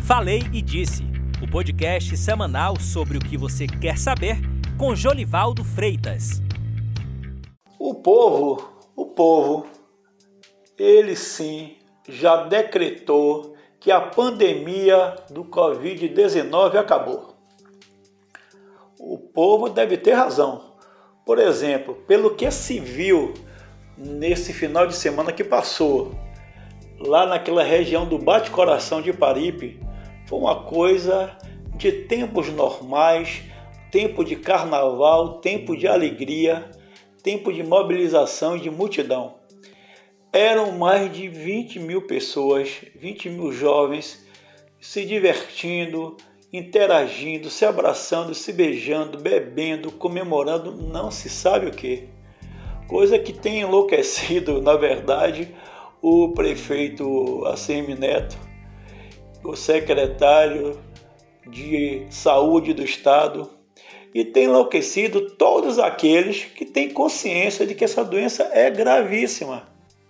Falei e Disse, o podcast semanal sobre o que você quer saber com Jolivaldo Freitas. O povo, ele sim já decretou que a pandemia do Covid-19 acabou. O povo deve ter razão. Por exemplo, pelo que se viu nesse final de semana que passou, lá naquela região do Bate-Coração de Paripe, foi uma coisa de tempos normais, tempo de carnaval, tempo de alegria, tempo de mobilização e de multidão. Eram mais de 20 mil pessoas, 20 mil jovens se divertindo, interagindo, se abraçando, se beijando, bebendo, comemorando, não se sabe o que. Coisa que tem enlouquecido, na verdade, o prefeito ACM Neto, o secretário de Saúde do Estado, e tem enlouquecido todos aqueles que têm consciência de que essa doença é gravíssima.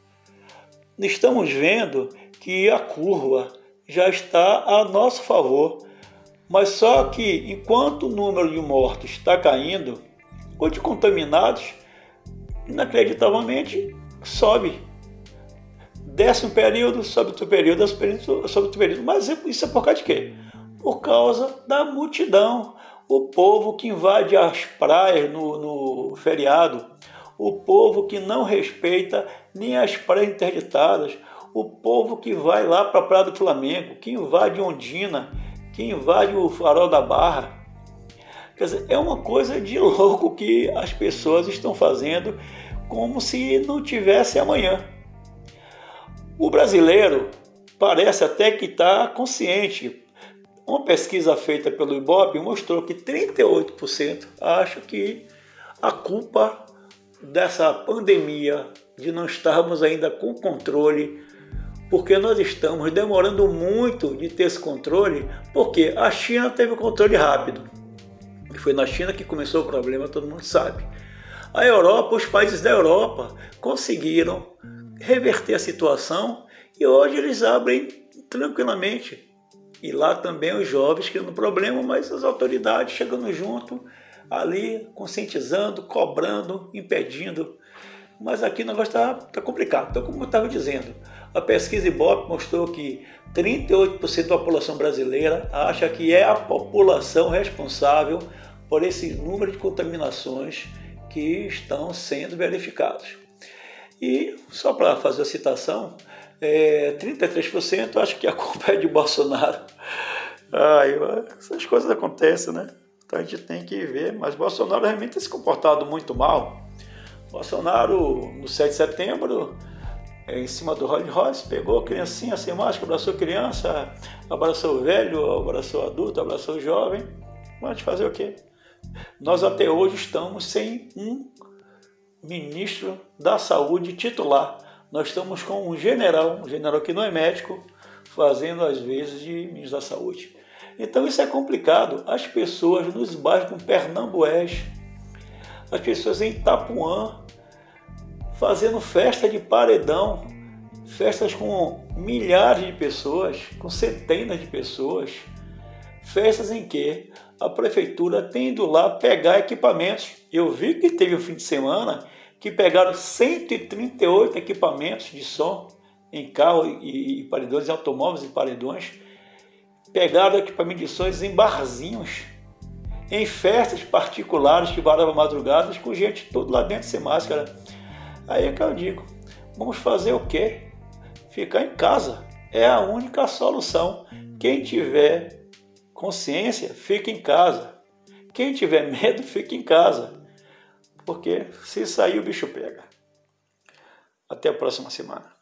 Estamos vendo que a curva já está a nosso favor, mas só que enquanto o número de mortos está caindo, ou de contaminados, inacreditavelmente sobe. Desce um período, sobe outro período, desce um período, sobe outro período. Mas isso é por causa de quê? Por causa da multidão. O povo que invade as praias no feriado, o povo que não respeita nem as praias interditadas, o povo que vai lá para a Praia do Flamengo, que invade Ondina, que invade o Farol da Barra. Quer dizer, é uma coisa de louco que as pessoas estão fazendo como se não tivesse amanhã. O brasileiro parece até que está consciente. Uma pesquisa feita pelo Ibope mostrou que 38% acham que a culpa dessa pandemia, de não estarmos ainda com controle, porque nós estamos demorando muito de ter esse controle, porque a China teve o controle rápido. E foi na China que começou o problema, todo mundo sabe. A Europa, os países da Europa conseguiram reverter a situação e hoje eles abrem tranquilamente. E lá também os jovens criando problema, mas as autoridades chegando junto, ali conscientizando, cobrando, impedindo. Mas aqui o negócio está complicado. Então, como eu estava dizendo, a pesquisa Ibope mostrou que 38% da população brasileira acha que é a população responsável por esse número de contaminações que estão sendo verificados. E, só para fazer a citação, 33% acho que a culpa é de Bolsonaro. Essas coisas acontecem, né? Então a gente tem que ver, mas Bolsonaro realmente tem se comportado muito mal. Bolsonaro, no 7 de setembro, em cima do Rolls Royce, pegou a criancinha sem máscara, abraçou a criança, abraçou o velho, abraçou o adulto, abraçou o jovem. Vamos fazer o quê? Nós até hoje estamos sem um ministro da saúde titular. Nós estamos com um general que não é médico, fazendo às vezes de ministro da saúde. Então isso é complicado. As pessoas nos bairros do Pernambués, as pessoas em Itapuã, fazendo festa de paredão, festas com milhares de pessoas, com centenas de pessoas, festas em que a prefeitura tem ido lá pegar equipamentos. Eu vi que teve um fim de semana que pegaram 138 equipamentos de som em carro e paredões, em automóveis e paredões, pegaram equipamentos de sons em barzinhos, em festas particulares que varavam madrugadas, com gente toda lá dentro sem máscara. Aí é que eu digo, vamos fazer o quê? Ficar em casa é a única solução. Quem tiver consciência, fica em casa. Quem tiver medo, fica em casa. Porque se sair o bicho pega. Até a próxima semana.